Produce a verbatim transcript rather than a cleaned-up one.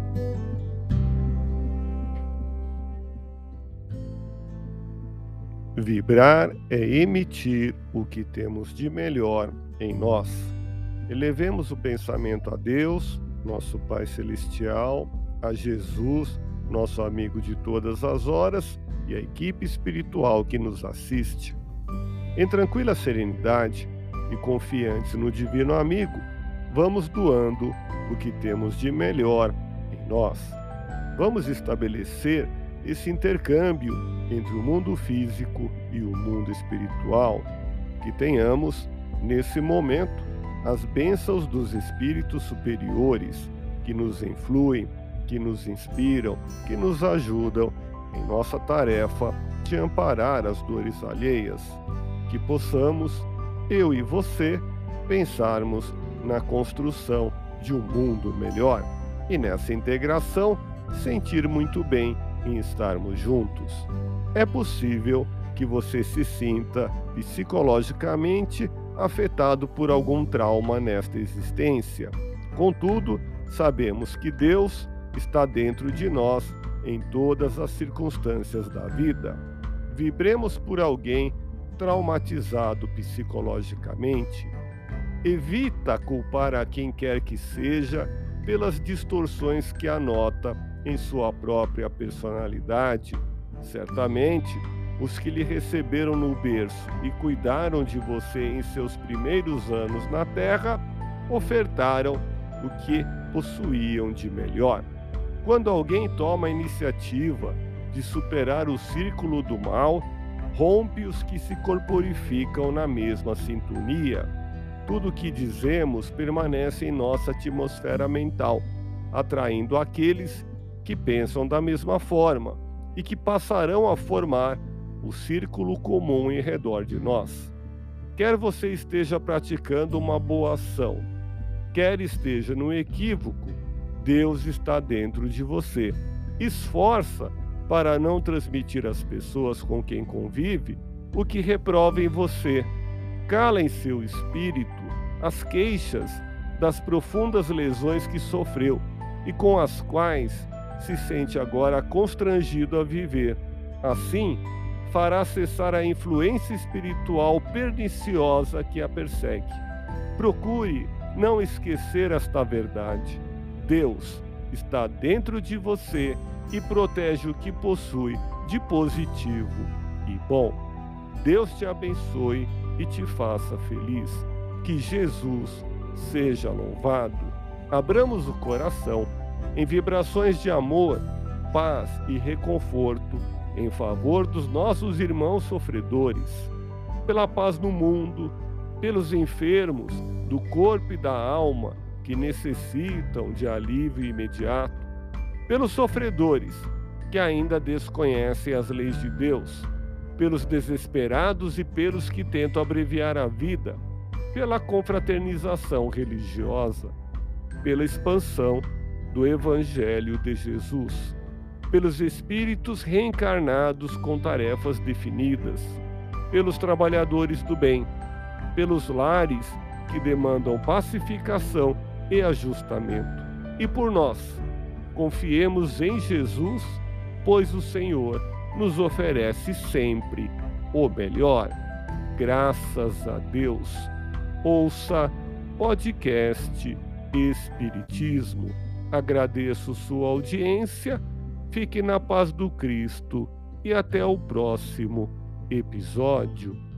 Vibrar é emitir o que temos de melhor em nós. Elevemos o pensamento a Deus, nosso Pai Celestial, a Jesus, nosso amigo de todas as horas, e a equipe espiritual que nos assiste. Em tranquila serenidade e confiantes no Divino Amigo, vamos doando o que temos de melhor em nós. Vamos estabelecer esse intercâmbio entre o mundo físico e o mundo espiritual, que tenhamos, nesse momento, as bênçãos dos espíritos superiores que nos influem, que nos inspiram, que nos ajudam em nossa tarefa de amparar as dores alheias, que possamos, eu e você, pensarmos na construção de um mundo melhor e nessa integração sentir muito bem em estarmos juntos. É possível que você se sinta psicologicamente afetado por algum trauma nesta existência. Contudo, sabemos que Deus está dentro de nós em todas as circunstâncias da vida. Vibremos por alguém traumatizado psicologicamente. Evita culpar a quem quer que seja pelas distorções que anota em sua própria personalidade. Certamente, os que lhe receberam no berço e cuidaram de você em seus primeiros anos na Terra, ofertaram o que possuíam de melhor. Quando alguém toma a iniciativa de superar o círculo do mal, rompe os que se corporificam na mesma sintonia. Tudo o que dizemos permanece em nossa atmosfera mental, atraindo aqueles que pensam da mesma forma e que passarão a formar o círculo comum em redor de nós. Quer você esteja praticando uma boa ação, quer esteja no equívoco, Deus está dentro de você. Esforça para não transmitir às pessoas com quem convive o que reprova em você. Cala em seu espírito as queixas das profundas lesões que sofreu e com as quais se sente agora constrangido a viver. Assim, fará cessar a influência espiritual perniciosa que a persegue. Procure não esquecer esta verdade. Deus está dentro de você e protege o que possui de positivo e bom. Deus te abençoe e te faça feliz. Que Jesus seja louvado. Abramos o coração em vibrações de amor, paz e reconforto em favor dos nossos irmãos sofredores, pela paz no mundo, pelos enfermos do corpo e da alma que necessitam de alívio imediato, pelos sofredores que ainda desconhecem as leis de Deus, pelos desesperados e pelos que tentam abreviar a vida, pela confraternização religiosa, pela expansão do Evangelho de Jesus, pelos espíritos reencarnados com tarefas definidas, pelos trabalhadores do bem, pelos lares que demandam pacificação e ajustamento. E por nós, confiemos em Jesus, pois o Senhor nos oferece sempre o melhor. Graças a Deus. Ouça podcast Espiritismo. Agradeço sua audiência, fique na paz do Cristo e até o próximo episódio.